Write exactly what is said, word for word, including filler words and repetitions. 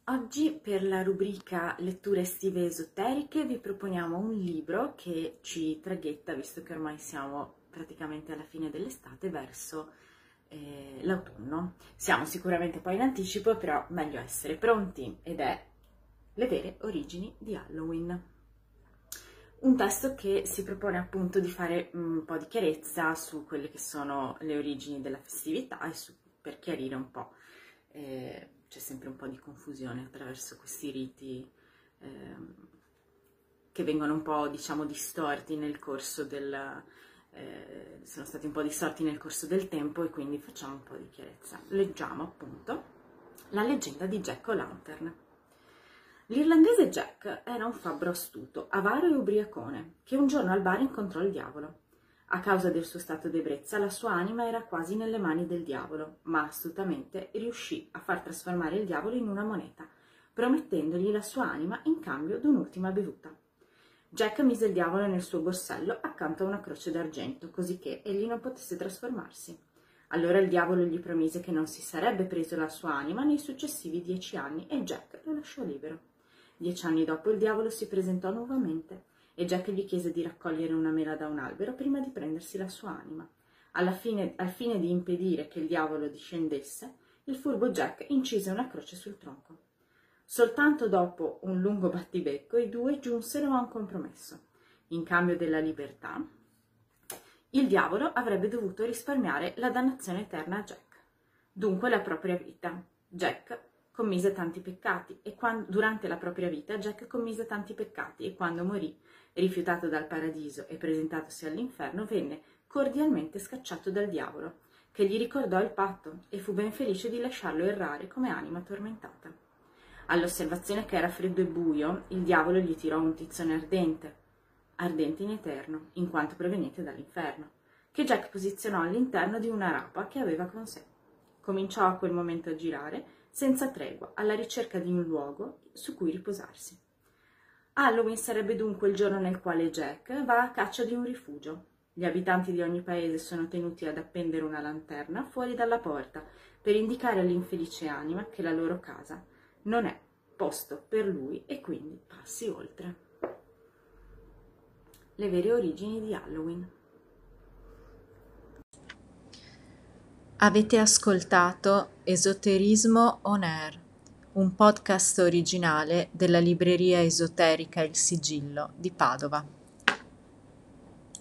Oggi per la rubrica Letture estive esoteriche vi proponiamo un libro che ci traghetta, visto che ormai siamo praticamente alla fine dell'estate, verso eh, l'autunno. Siamo sicuramente poi in anticipo, però meglio essere pronti, ed è Le vere origini di Halloween. Un testo che si propone appunto di fare un po' di chiarezza su quelle che sono le origini della festività e su, per chiarire un po'. Eh, c'è sempre un po' di confusione attraverso questi riti eh, che vengono un po', diciamo, distorti nel corso del... Eh, sono stati un po' distorti nel corso del tempo, e quindi facciamo un po' di chiarezza. Leggiamo appunto la leggenda di Jack O'Lantern. L'irlandese Jack era un fabbro astuto, avaro e ubriacone, che un giorno al bar incontrò il diavolo. A causa del suo stato d'ebbrezza, la sua anima era quasi nelle mani del diavolo, ma astutamente riuscì a far trasformare il diavolo in una moneta, promettendogli la sua anima in cambio d'un'ultima bevuta. Jack mise il diavolo nel suo borsello accanto a una croce d'argento, così che egli non potesse trasformarsi. Allora il diavolo gli promise che non si sarebbe preso la sua anima nei successivi dieci anni e Jack lo lasciò libero. Dieci anni dopo il diavolo si presentò nuovamente e Jack gli chiese di raccogliere una mela da un albero prima di prendersi la sua anima. Alla fine, al fine di impedire che il diavolo discendesse, il furbo Jack incise una croce sul tronco. Soltanto dopo un lungo battibecco i due giunsero a un compromesso. In cambio della libertà, il diavolo avrebbe dovuto risparmiare la dannazione eterna a Jack, dunque la propria vita. Jack commise tanti peccati e quando, durante la propria vita Jack commise tanti peccati e quando morì, rifiutato dal paradiso e presentatosi all'inferno, venne cordialmente scacciato dal diavolo, che gli ricordò il patto e fu ben felice di lasciarlo errare come anima tormentata. All'osservazione che era freddo e buio, il diavolo gli tirò un tizzone ardente, ardente in eterno, in quanto proveniente dall'inferno, che Jack posizionò all'interno di una rapa che aveva con sé. Cominciò a quel momento a girare, senza tregua, alla ricerca di un luogo su cui riposarsi. Halloween sarebbe dunque il giorno nel quale Jack va a caccia di un rifugio. Gli abitanti di ogni paese sono tenuti ad appendere una lanterna fuori dalla porta per indicare all'infelice anima che la loro casa non è posto per lui e quindi passi oltre. Le vere origini di Halloween. Avete ascoltato Esoterismo On Air, un podcast originale della libreria esoterica Il Sigillo di Padova.